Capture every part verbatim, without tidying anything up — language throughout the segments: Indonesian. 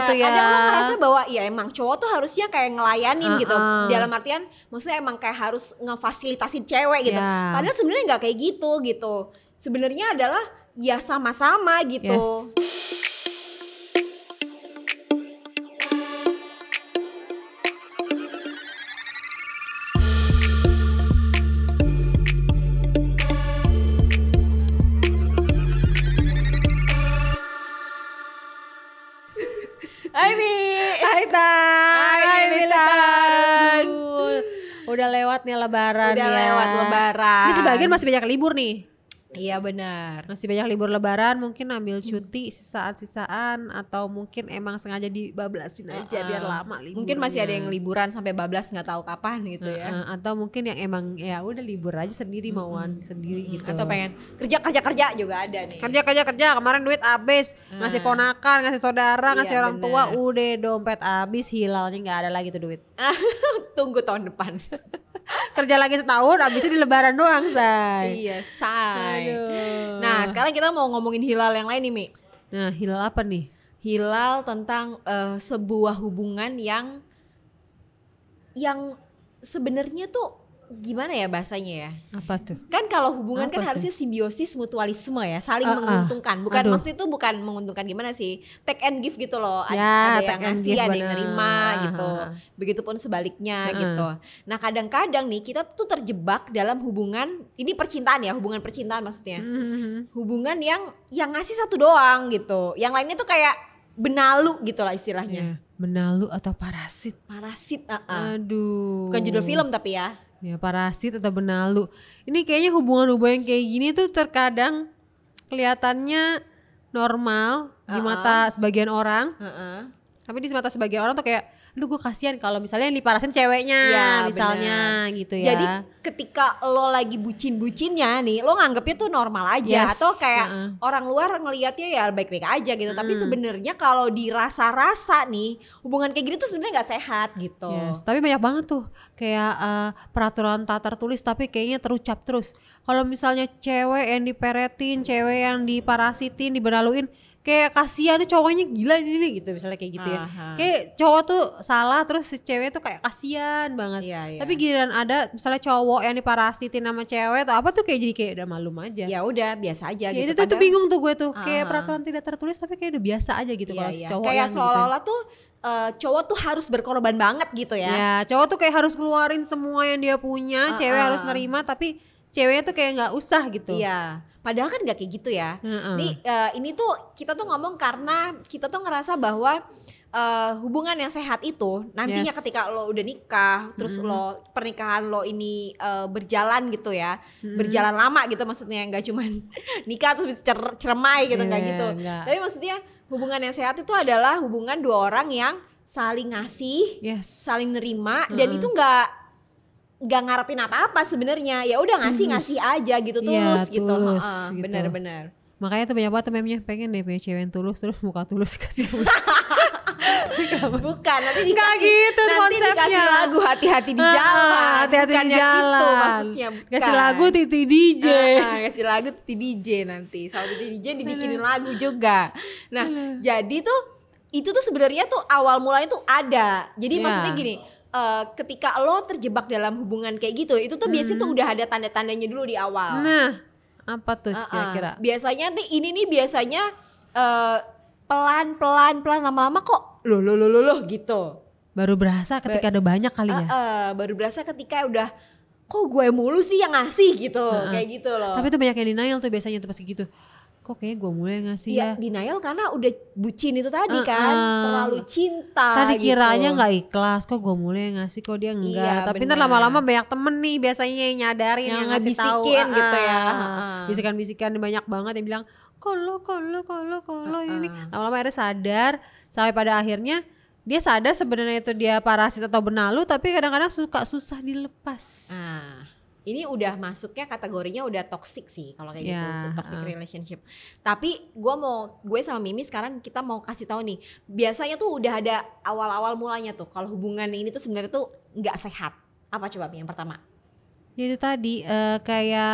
tuh ya. Kadang lo ngerasa bahwa ya emang cowok tuh harusnya kayak ngelayanin uh-uh. gitu. Dalam artian maksudnya emang kayak harus ngefasilitasin cewek gitu. Yeah. Padahal sebenarnya nggak kayak gitu gitu. Sebenarnya adalah ya sama-sama gitu. Yes. Hai Mi, hai Tan, hai Militan. Udah lewat nih lebaran Udah ya. lewat lebaran. Ini sebagian masih banyak libur nih. Iya benar. Masih banyak libur lebaran, mungkin ambil cuti sisaan-sisaan atau mungkin emang sengaja dibablasin aja uh-uh. biar lama liburnya. Mungkin masih ada yang liburan sampai bablas nggak tahu kapan gitu uh-uh. ya. Atau mungkin yang emang ya udah libur aja sendiri uh-uh. mauan sendiri uh-uh. gitu. Atau pengen kerja-kerja-kerja juga ada nih. Kerja-kerja-kerja kemarin duit habis, uh. ngasih ponakan, ngasih saudara, ngasih iya, orang bener. tua, udah dompet habis, hilalnya nggak ada lagi tuh duit. Tunggu tahun depan. Kerja lagi setahun, abisnya di lebaran doang, say. Iya, say. Aduh. Nah, sekarang kita mau ngomongin hilal yang lain nih, Mi. Nah, hilal apa nih? Hilal tentang uh, sebuah hubungan yang yang sebenarnya tuh gimana ya bahasanya ya? Apa tuh? Kan kalau hubungan apa kan tuh? harusnya simbiosis mutualisme ya, saling uh, uh. menguntungkan. Bukan Aduh. maksud itu bukan menguntungkan gimana sih? Take and give gitu loh. Ya, ada yang ngasih, ada yang nerima uh, gitu. Uh, uh. Begitupun sebaliknya uh, uh. gitu. Nah, kadang-kadang nih kita tuh terjebak dalam hubungan, ini percintaan ya, hubungan percintaan maksudnya. Uh-huh. Hubungan yang yang ngasih satu doang gitu. Yang lainnya tuh kayak benalu gitu lah istilahnya. Yeah. Benalu atau parasit? Parasit, uh-uh. Aduh. Bukan judul film tapi ya. Ya parasit atau benalu. Ini kayaknya hubungan-hubungan kayak gini tuh terkadang kelihatannya normal uh-uh. di mata sebagian orang. Uh-uh. Tapi di mata sebagian orang tuh kayak, aduh gue kasihan kalau misalnya yang diparasin ceweknya ya, misalnya bener. Gitu ya. Jadi ketika lo lagi bucin-bucinnya nih, lo nganggepnya tuh normal aja. Yes. Atau kayak uh-uh. orang luar ngelihatnya ya baik-baik aja gitu. Uh-uh. Tapi sebenarnya kalau dirasa-rasa nih, hubungan kayak gini tuh sebenarnya gak sehat gitu. Yes. Tapi banyak banget tuh kayak uh, peraturan tak tertulis tapi kayaknya terucap terus. Kalau misalnya cewek yang diperetin, cewek yang diparasitin, dibenaluin, kayak kasihan tuh cowoknya gila ini gitu misalnya kayak gitu ya. Aha. Kayak cowok tuh salah terus si cewek tuh kayak kasihan banget. Iya, iya. Tapi giliran ada misalnya cowok yang diparasitin sama cewek atau apa tuh kayak jadi kayak udah malum aja. Ya udah biasa aja ya, gitu. Itu tuh bingung tuh gue tuh. Aha. Kayak peraturan tidak tertulis tapi kayak udah biasa aja gitu iya, kalau iya. cowok kayak yang seolah-olah tuh uh, cowok tuh harus berkorban banget gitu ya. Ya, cowok tuh kayak harus keluarin semua yang dia punya, uh-uh. cewek harus nerima tapi ceweknya tuh kayak nggak usah gitu. Iya. Padahal kan gak kayak gitu ya. Uh-uh. Nih uh, ini tuh kita tuh ngomong karena kita tuh ngerasa bahwa uh, hubungan yang sehat itu nantinya yes. ketika lo udah nikah, terus mm-hmm. lo pernikahan lo ini uh, berjalan gitu ya, mm-hmm. berjalan lama gitu maksudnya, nggak cuman nikah terus cer- ceremai gitu, nggak yeah, gitu. Enggak. Tapi maksudnya hubungan yang sehat itu adalah hubungan dua orang yang saling ngasih, yes. saling nerima, uh-uh. dan itu nggak nggak ngarepin apa-apa sebenarnya, ya udah ngasih-ngasih aja gitu, tulus, ya, gitu. tulus uh, gitu. Benar-benar. Makanya tuh banyak banget memnya pengen deh punya cewek yang tulus terus muka tulus dikasih bukan, nanti dikasih, nggak gitu nanti konsepnya. Dikasih lagu hati-hati di jalan, ah, hati-hati bukan di yang jalan. itu maksudnya, bukan. Kasih lagu Titi D J, ah, kasih lagu Titi D J nanti, sama Titi D J dibikinin lagu juga. Nah, jadi tuh itu tuh sebenarnya tuh awal mulanya tuh ada. Jadi yeah. maksudnya gini. Uh, ketika lo terjebak dalam hubungan kayak gitu, itu tuh hmm. biasanya tuh udah ada tanda-tandanya dulu di awal. Nah, apa tuh uh-uh. kira-kira? Biasanya nih ini nih biasanya uh, pelan-pelan pelan lama-lama kok loh loh loh loh gitu. Baru berasa ketika ba- ada banyak kali ya. Uh-uh. Baru berasa ketika udah kok gue mulu sih yang ngasih gitu, uh-uh. kayak gitu loh. Tapi tuh banyak yang denial tuh biasanya tuh pas gitu. Kok kayaknya gue mulai ngasih ya, ya. Denial karena udah bucin itu tadi uh, kan uh, terlalu cinta tadi gitu. Kiranya gak ikhlas, kok gue mulai ngasih kok dia enggak. Iya, tapi ntar lama-lama banyak temen nih biasanya yang nyadarin, yang, yang ngasih tahu uh, gitu ya uh, bisikan-bisikan banyak banget yang bilang kalau kalau kalau kalau uh, ini lama-lama akhirnya sadar sampai pada akhirnya dia sadar sebenarnya itu dia parasit atau benalu, tapi kadang-kadang suka susah dilepas. Ah. Ini udah masuknya kategorinya udah toxic sih kalau kayak yeah, gitu, toxic uh. relationship. Tapi gue mau, gue sama Mimi sekarang kita mau kasih tahu nih, biasanya tuh udah ada awal-awal mulanya tuh kalau hubungan ini tuh sebenarnya tuh nggak sehat. Apa coba yang pertama? Ya itu tadi uh, kayak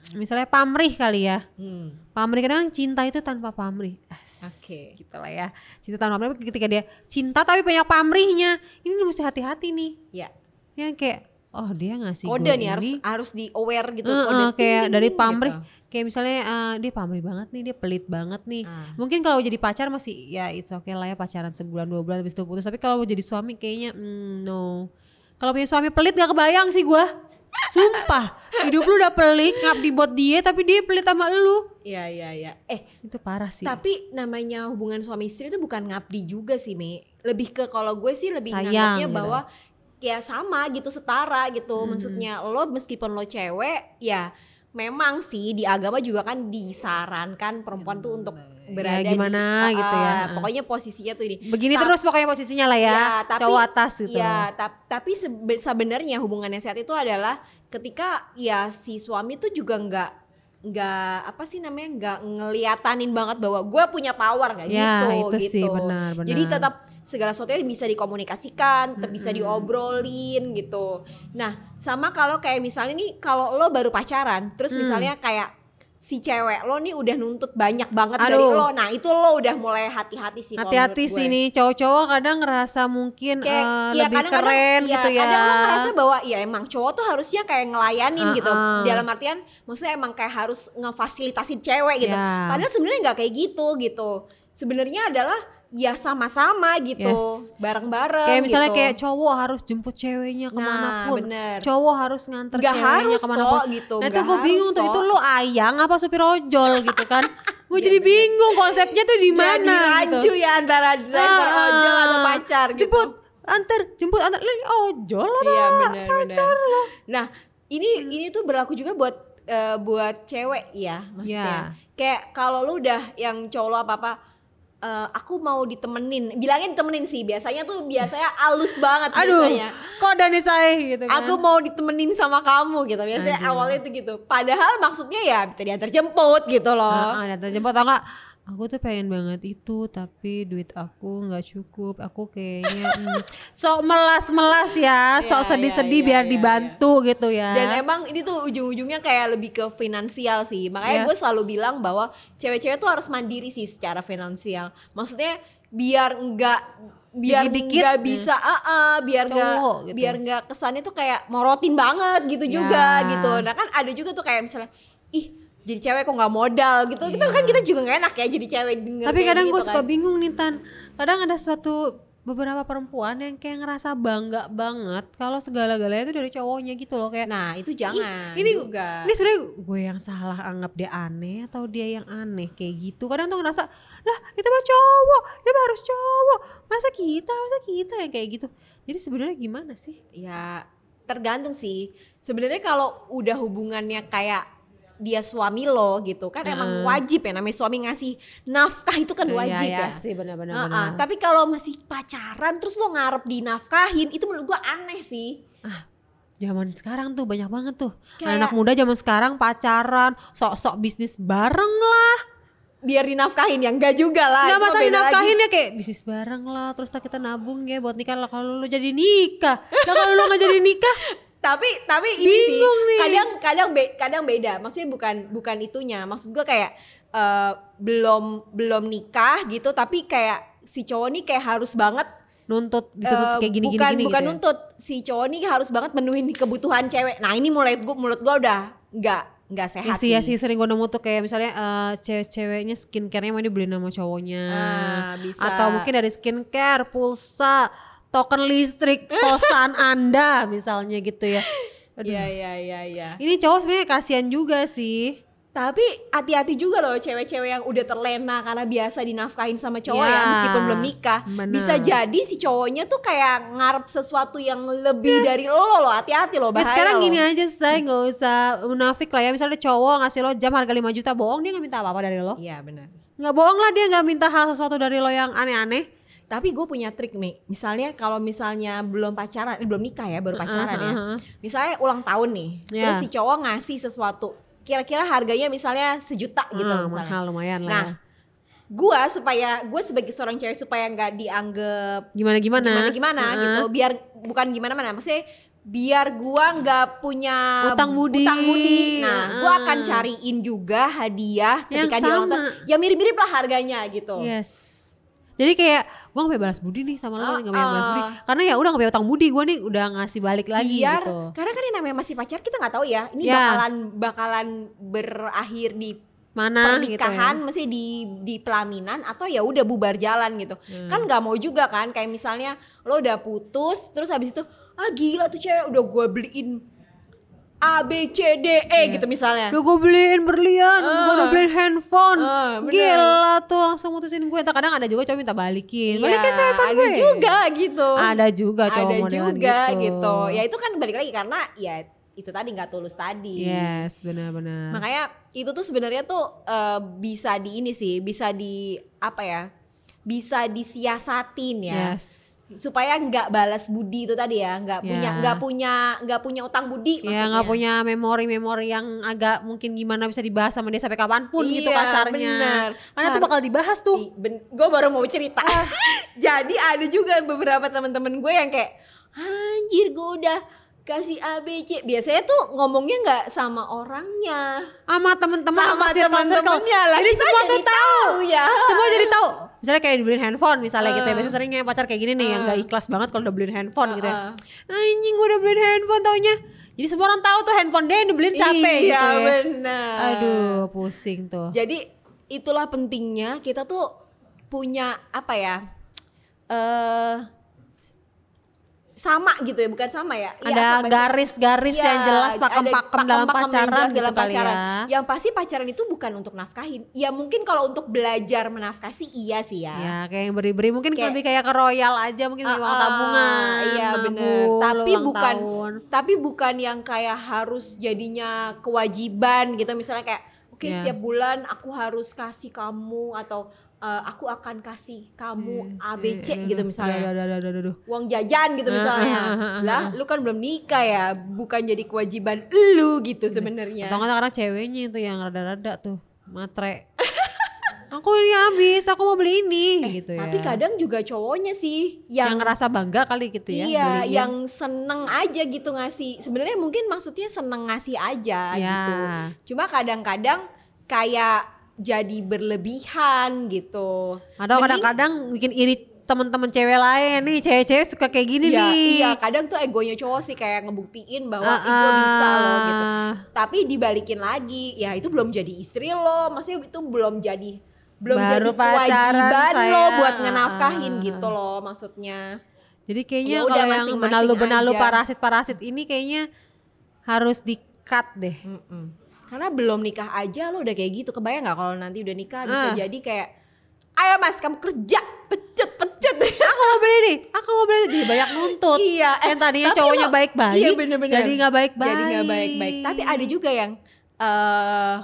misalnya pamrih kali ya. Hmm. Pamrih, kadang cinta itu tanpa pamrih. Oke. Okay. Gitu lah ya. Cinta tanpa pamrih ketika dia cinta tapi banyak pamrihnya. Ini mesti hati-hati nih. Iya. Yang kayak oh dia ngasih kode gue nih ini. harus harus di aware gitu. Uh, kode uh, kayak dari pamrih. Gitu. Kayak misalnya uh, dia pamrih banget nih, dia pelit banget nih. Uh. Mungkin kalau jadi pacar masih ya it's okay lah ya, pacaran sebulan dua bulan habis itu putus. Tapi kalau jadi suami kayaknya mm, no. Kalau punya suami pelit gak kebayang sih gue. Sumpah, hidup lu udah pelit ngabdi buat dia tapi dia pelit sama lu. Iya iya iya. Eh, itu parah sih. Tapi namanya hubungan suami istri itu bukan ngabdi juga sih, Me. Lebih ke kalau gue sih lebih sayang, nganggapnya gitu. bahwa ya sama gitu, setara gitu. Hmm. Maksudnya lo meskipun lo cewek ya memang sih di agama juga kan disarankan perempuan tuh untuk berada ya, gimana di, gitu ya. Uh, pokoknya posisinya tuh ini. Begini Ta- terus pokoknya posisinya lah ya. ya tapi, cowok atas gitu. Ya, ta- tapi sebe- sebenarnya hubungannya sehat itu adalah ketika ya si suami tuh juga nggak nggak apa sih namanya nggak ngeliatanin banget bahwa gue punya power nggak ya, gitu itu gitu. Sih, benar, benar. Jadi tetap segala sesuatunya bisa dikomunikasikan, tetap bisa diobrolin gitu. Nah, sama kalau kayak misalnya nih kalau lo baru pacaran, terus hmm. misalnya kayak si cewek lo nih udah nuntut banyak banget Aduh. dari lo. Nah, itu lo udah mulai hati-hati sih. Hati-hati sih nih, cowok-cowok kadang ngerasa mungkin kayak, uh, ya, lebih kadang-kadang, keren ya, gitu ya. Kadang lo ngerasa bahwa ya emang cowok tuh harusnya kayak ngelayanin uh-uh. gitu. Dalam artian maksudnya emang kayak harus ngefasilitasin cewek gitu. Yeah. Padahal sebenarnya nggak kayak gitu gitu. Sebenarnya adalah ya sama-sama gitu, yes. bareng-bareng. Kayak misalnya gitu. kayak cowok harus jemput ceweknya kemanapun, nah, cowok harus nganter gak ceweknya kemanapun. Kok, gitu. Nah itu gue bingung tuh, itu lo ayang apa supir ojol gitu kan? Gue jadi bingung konsepnya tuh di mana. Jadi rancu gitu. Ya antara driver ah, ojol atau pacar gitu. Jemput, antar, jemput, antar, lo ojol apa? Iya, bener, pacar bener. lo. Nah ini hmm. ini tuh berlaku juga buat uh, buat cewek ya, maksudnya. Yeah. Kayak kalau lo udah yang cowok lo apa-apa. Uh, aku mau ditemenin, bilangnya ditemenin sih biasanya tuh biasanya halus banget. Aduh, biasanya. Kok Dani saya gitu kan? Aku mau ditemenin sama kamu gitu biasanya. Aduh. Awalnya tuh gitu. Padahal maksudnya ya bisa diantar jemput gitu loh. Nah, diantar jemput atau enggak? Aku tuh pengen banget itu tapi duit aku nggak cukup. Aku kayaknya mm, sok melas-melas ya, sok ya, sedih-sedih ya, biar ya, dibantu ya. Gitu ya. Dan emang ini tuh ujung-ujungnya kayak lebih ke finansial sih. Makanya yes. gue selalu bilang bahwa cewek-cewek tuh harus mandiri sih secara finansial. Maksudnya biar nggak biar nggak bisa, uh, uh, biar nggak gitu. biar nggak kesannya tuh kayak morotin banget gitu ya. Juga gitu. Nah kan ada juga tuh kayak misalnya, ih jadi cewek kok nggak modal gitu, yeah. Itu kan kita juga nggak enak ya jadi cewek denger. Tapi kadang gitu gue suka kan. bingung nih Tan, kadang ada suatu beberapa perempuan yang kayak ngerasa bangga banget kalau segala-galanya itu dari cowoknya gitu loh kayak. Nah itu jangan. Ini juga. Ini sebenarnya gue yang salah anggap dia aneh atau dia yang aneh kayak gitu. Kadang tuh ngerasa lah itu mah cowok, itu mah harus cowok, masa kita, masa kita yang kayak gitu. Jadi sebenarnya gimana sih? Ya tergantung sih. Sebenarnya kalau udah hubungannya kayak dia suami lo gitu kan uh. emang wajib ya namanya suami ngasih nafkah itu kan wajib ya, ya, ya sih benar-benar. Uh-uh. Benar. Tapi kalau masih pacaran terus lo ngarep dinafkahin itu menurut gua aneh sih. Ah, zaman sekarang tuh banyak banget tuh kayak, anak muda zaman sekarang pacaran sok-sok bisnis bareng lah. Biar dinafkahin ya enggak juga lah. Enggak masalah dinafkahin ya kayak bisnis bareng lah terus kita nabung ya buat nikah lah kalau lo jadi nikah. Lah kalau lo nggak jadi nikah tapi tapi ini bingung sih nih. kadang kadang be, kadang beda maksudnya bukan bukan itunya maksud gue kayak uh, belum belum nikah gitu tapi kayak si cowok nih kayak harus banget nuntut dituntut uh, kayak gini bukan, gini bukan gitu nuntut ya? Si cowok nih harus banget menuhin kebutuhan cewek. Nah ini mulai gue menurut gue udah nggak nggak sehat ya sih. Ya sih sering gue nemu tuh kayak misalnya uh, cewek-ceweknya skincare-nya mau dibeliin sama cowoknya uh, bisa. Atau mungkin dari skincare pulsa token listrik kosan Anda misalnya gitu ya. Iya iya iya iya. Ini cowok sebenarnya kasihan juga sih. Tapi hati-hati juga loh cewek-cewek yang udah terlena karena biasa dinafkahin sama cowok ya, ya meskipun belum nikah. Bener. Bisa jadi si cowoknya tuh kayak ngarep sesuatu yang lebih ya. Dari lo loh, hati-hati loh bahaya. Ya sekarang loh. Gini aja say, nggak usah munafik lah ya. Misalnya cowok ngasih lo jam harga lima juta bohong, dia nggak minta apa-apa dari lo. Iya benar. Nggak bohong lah, dia nggak minta hal sesuatu dari lo yang aneh-aneh. Tapi gue punya trik nih, misalnya kalau misalnya belum pacaran, eh, belum nikah ya, baru pacaran uh, uh, uh, uh. ya. Misalnya ulang tahun nih, yeah. Terus si cowok ngasih sesuatu, kira-kira harganya misalnya sejuta gitu uh, misalnya. Mahal lumayan lah. Nah, gue supaya gue sebagai seorang cewek supaya nggak dianggap gimana-gimana, gimana-gimana uh, uh. gitu, biar bukan gimana-mana, maksudnya biar gua nggak punya Utang budi. utang budi. Nah, gua Ah. akan cariin juga hadiah Yang ketika dia ulang tahun. sama. Ya mirip-mirip lah harganya gitu. Yes. Jadi kayak gue gak punya balas budi nih sama lo, Ah, nih gak punya balas budi. ah. Karena ya udah gak punya utang budi, gue nih udah ngasih balik lagi Biar gitu. karena kan yang namanya masih pacar kita nggak tahu ya. Ini Ya. bakalan bakalan berakhir di Mana pernikahan, gitu ya. mesti di di pelaminan atau ya udah bubar jalan gitu. Hmm. Kan nggak mau juga kan, kayak misalnya lo udah putus terus habis itu ah gila tuh cewek udah gue beliin A B C D E Iya. gitu misalnya. Udah gue beliin berlian, gue udah Ah. beliin handphone. Ah, bener. Gila tuh langsung mutusin gue. Kadang ada juga cowok minta balikin. Iya, Balikin tuh handphone ada gue. juga gitu. Ada juga cowok Ada modelan juga gitu. gitu. Ya itu kan balik lagi karena ya itu tadi nggak tulus tadi. Yes, benar-benar. Makanya itu tuh sebenarnya tuh eh, bisa di ini sih, bisa di apa ya? Bisa disiasatin ya. Yes. Supaya nggak balas budi itu tadi ya, nggak Ya. punya nggak punya nggak punya utang budi Ya maksudnya. nggak punya memori-memori yang agak mungkin gimana bisa dibahas sama dia sampai kapanpun gitu Iya, kasarnya. bener. Karena tuh Kar- bakal dibahas tuh. Gue baru mau cerita. Jadi ada juga beberapa teman-teman gue yang kayak anjir gue udah kasih A B C. Biasanya tuh ngomongnya nggak sama orangnya, Sama temen-temen sama, sama circle-circle. teman-temannya lah. Jadi Kita semua tuh jadi tahu. ya. Semua jadi tahu. Misalnya kayak dibeliin handphone misalnya gitu ya. Uh. Biasanya seringnya pacar kayak gini nih yang Uh. gak ikhlas banget kalau udah beliin handphone gitu ya. Uh-uh. Anjing gue udah beliin handphone taunya. Jadi semua orang tahu tuh handphone dia yang dibeliin siapa Iya gitu ya. benar. Aduh pusing tuh. Jadi itulah pentingnya kita tuh punya apa ya? Eh sama gitu ya, bukan sama ya. Iya, Ada apa bahasa- garis-garis yang Iya, jelas ada pakem-pakem dalam pakem-pakem yang pacaran jelas gitu dalam kali pacaran. ya. Yang pasti pacaran itu bukan untuk nafkahin. Ya mungkin kalau untuk belajar menafkah sih iya sih ya. Ya kayak yang beri-beri mungkin Kayak- lebih kayak ke royal aja mungkin beli uang Ah, tabungan. iya nabung, bener. Tapi ulang bukan tahun. tapi bukan yang kayak harus jadinya kewajiban gitu, misalnya kayak oke Iya. setiap bulan aku harus kasih kamu atau eh, aku akan kasih kamu A B C Iya, gitu aduh, misalnya. aduh, aduh, aduh, aduh, aduh. Uang jajan gitu Ah, misalnya. ah, ah, ah, Lah, ah. lu kan belum nikah ya, bukan jadi kewajiban lu gitu sebenarnya. Atau kadang-kadang ceweknya itu yang rada-rada tuh matre. Aku ini habis, aku mau beli ini gitu ya. Tapi kadang juga cowoknya sih yang, yang, ngerasa bangga kali gitu ya. iya, beliin. yang seneng aja gitu ngasih. Sebenarnya mungkin maksudnya seneng ngasih aja Ya. gitu. Cuma kadang-kadang kayak jadi berlebihan gitu. Atau Mending- kadang-kadang bikin iri teman-teman cewek lain nih, cewek-cewek suka kayak gini Iya, nih. iya, kadang tuh egonya cowok sih kayak ngebuktiin bahwa Ah, "Ih, gue bisa loh gitu. ah. Tapi dibalikin lagi, ya itu belum jadi istri lo, maksudnya itu belum jadi belum Baru jadi pacaran, kewajiban lo sayang. buat ngenafkahin Ah. gitu loh maksudnya. Jadi kayaknya Ya udah, kalau yang masing-masing benalu-benalu aja. parasit-parasit ini kayaknya harus di-cut deh. Mm-mm. Karena belum nikah aja lo udah kayak gitu. Kebayang nggak kalau nanti udah nikah bisa Ah. jadi kayak ayo mas kamu kerja pecut pecut. Aku mau beli nih, aku mau beli jadi banyak nuntut. Iya, eh, Yang tadinya tapi cowoknya lo- baik-baik, iya, bener-bener. jadi nggak baik-baik. Jadi nggak baik-baik. Tapi ada juga yang eh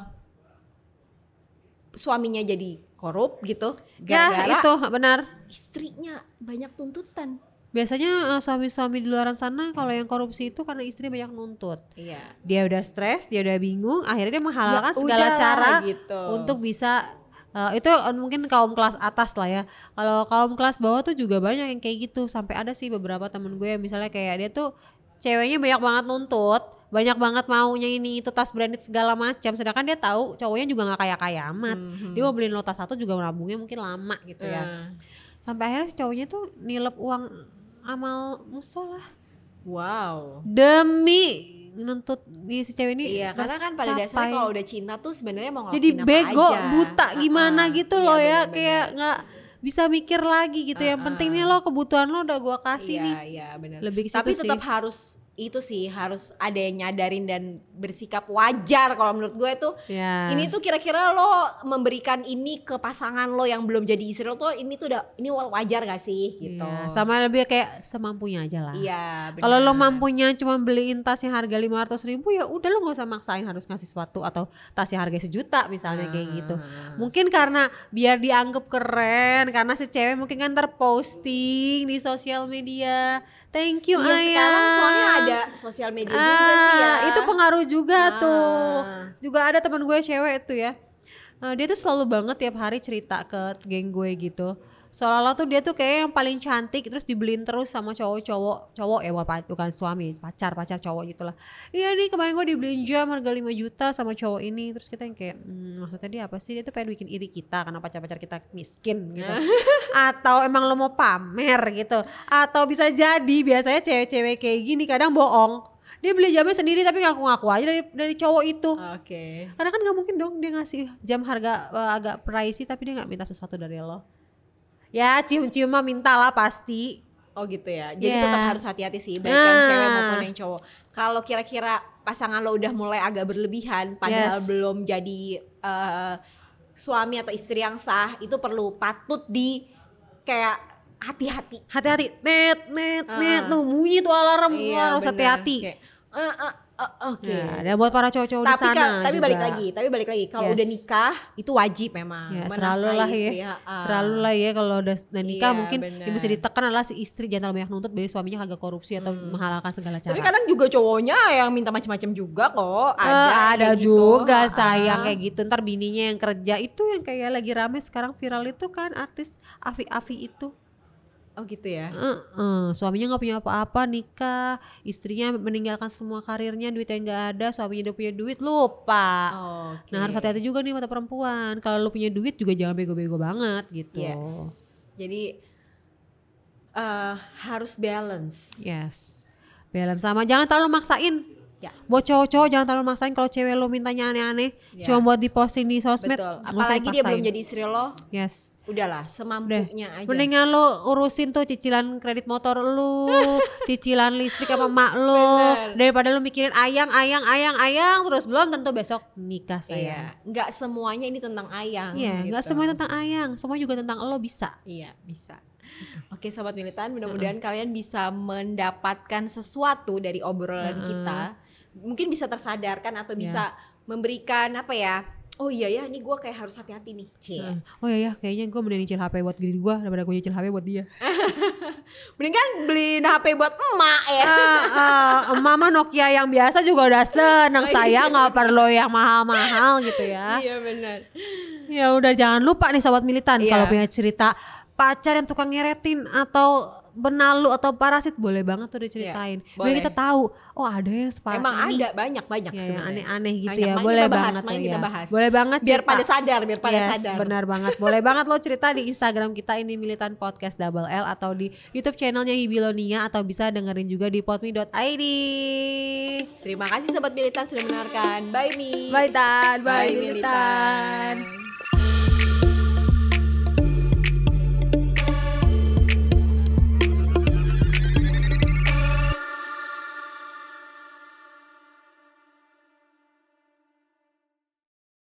suaminya jadi korup gitu. Ya Gara-gara itu benar. istrinya banyak tuntutan. Biasanya eh, suami-suami di luaran sana kalau yang korupsi itu karena istri banyak nuntut. Iya. Dia udah stres, dia udah bingung, akhirnya dia menghalalkan Ya segala udahlah, cara gitu. untuk bisa eh, itu eh, mungkin kaum kelas atas lah ya. Kalau kaum kelas bawah tuh juga banyak yang kayak gitu. Sampai ada sih beberapa temen gue yang misalnya kayak dia tuh ceweknya banyak banget nuntut, banyak banget maunya ini itu tas branded segala macam. Sedangkan dia tahu cowoknya juga nggak kaya-kaya amat. Mhm. Dia mau beliin lo tas satu juga nabungnya mungkin lama gitu ya. Hmm. Sampai akhirnya si cowoknya tuh nilep uang amal musola Wow. demi nuntut nih si cewek ini. Iya, karena kan pada tercapai. dasarnya kalau udah cinta tuh sebenarnya mau ngelakuin jadi apa bego aja. buta gimana Uh-uh. gitu Iya, loh ya, bener-bener. kayak nggak bisa mikir lagi gitu. Yang Uh-uh. penting nih lo kebutuhan lo udah gua kasih Iya, nih. iya benar. Lebih ke Tapi situ tetap sih. harus itu sih harus ada yang nyadarin dan bersikap wajar kalau menurut gue tuh. Ya. Ini tuh kira-kira lo memberikan ini ke pasangan lo yang belum jadi istri lo tuh ini tuh udah ini wajar gak sih gitu. Iya, sama lebih kayak semampunya aja lah. Iya, benar. Kalau lo mampunya cuma beliin tas yang harga lima ratus ribu ya udah lo nggak usah maksain harus ngasih sepatu atau tas yang harga sejuta misalnya kayak gitu. Ah. Mungkin karena biar dianggap keren, karena si cewek mungkin kan terposting di sosial media. Thank you Iya, ayah. sekarang soalnya ada sosial media juga Ah, sih ya. itu pengaruh juga Ah. tuh. Juga ada teman gue cewek tuh ya. Eh, dia tuh selalu banget tiap hari cerita ke geng gue gitu. seolah-olah tuh dia tuh kayak yang paling cantik terus dibeliin terus sama cowok-cowok cowok ya bukan suami pacar pacar cowok gitulah. Iya nih kemarin gue dibeliin jam harga lima juta sama cowok ini, terus kita yang kayak hmm, maksudnya dia apa sih, dia tuh pengen bikin iri kita karena pacar-pacar kita miskin gitu atau emang lo mau pamer gitu, atau bisa jadi biasanya cewek-cewek kayak gini kadang bohong, dia beli jamnya sendiri tapi ngaku-ngaku aja dari dari cowok itu. Oke. Okay. Karena kan nggak mungkin dong dia ngasih jam harga uh, agak pricey tapi dia nggak minta sesuatu dari lo. Ya cium-cium mah minta lah pasti. Oh gitu ya. Jadi yeah. tetap harus hati-hati sih baik yang nah. cewek maupun yang cowok. Kalau kira-kira pasangan lo udah mulai agak berlebihan padahal yes. belum jadi uh, suami atau istri yang sah, itu perlu patut di kayak hati-hati. Hati-hati. Net net uh. net tuh bunyi tuh alarm. Iya, harus hati-hati. Kayak, uh, uh, Uh, Oke. Okay. Nah, dan buat para cowok-cowok di sana kan, tapi juga. balik lagi, tapi balik lagi kalau yes. udah nikah itu wajib memang. Ya, selalu lah ya. ya. Uh. Selalu lah ya kalau udah, udah nikah iya, mungkin bener. yang mesti ditekan adalah si istri jangan banyak nuntut biar suaminya kagak korupsi atau hmm. menghalalkan segala cara. Tapi kadang juga cowoknya yang minta macam-macam juga kok. Ada, uh, ada gitu. juga sayang uh. kayak gitu. Ntar bininya yang kerja itu yang kayak lagi rame sekarang viral itu kan artis Afi-Afi itu. Oh gitu ya. Uh, uh, suaminya nggak punya apa-apa, nikah, istrinya meninggalkan semua karirnya, duitnya nggak ada, suaminya udah punya duit lupa. Oh, okay. Nah harus hati-hati juga nih mata perempuan. Kalau lu punya duit juga jangan bego-bego banget gitu. Yes. Jadi uh, harus balance. Yes. Balance sama jangan terlalu maksain. Ya. Buat cowok-cowok jangan terlalu maksain kalau cewek lo mintanya aneh-aneh, ya. cuma buat diposting di sosmed. Betul. Apalagi dia belum jadi istri lo. Yes. Udahlah semampunya Udah. aja. Mendingan lo urusin tuh cicilan kredit motor lu, cicilan listrik sama mak lo, daripada lo mikirin ayang ayang ayang ayang terus belum tentu besok nikah saya. Iya. Nggak semuanya ini tentang ayang. Iya. Gitu. Nggak semuanya tentang ayang, semua juga tentang lo bisa. Iya bisa. Oke sobat militan, mudah-mudahan uh-uh. kalian bisa mendapatkan sesuatu dari obrolan uh-uh. kita. Mungkin bisa tersadarkan atau bisa yeah. memberikan apa ya? Oh iya ya, ini gue kayak harus hati-hati nih. Cie. Uh, oh iya ya, kayaknya gue mending nyicil H P buat diri gue daripada gue nyicil H P buat dia. Mending kan beliin H P buat emak ya. Uh, uh, emak mah Nokia yang biasa juga udah seneng. Oh, saya nggak iya. perlu yang mahal-mahal gitu ya. Iya benar. Ya udah jangan lupa nih sobat militan, yeah. kalau punya cerita pacar yang tukang ngeretin atau benalu atau parasit boleh banget tuh diceritain. Yeah, biar kita tahu, oh ada yang separah emang ini. ada banyak-banyak ya, sebenarnya. Aneh-aneh gitu banyak, ya. Main Boleh bahas, banget main ya. kita bahas. Boleh banget biar cerita. pada sadar, biar pada yes, sadar. Benar banget. Boleh banget lo cerita di Instagram kita ini Militan Podcast Double L atau di YouTube channelnya Hibilonia atau bisa dengerin juga di podme dot i d. Terima kasih sobat militan sudah mendengarkan. Bye Mi. Bye Tan. Bye, Bye militan. militan.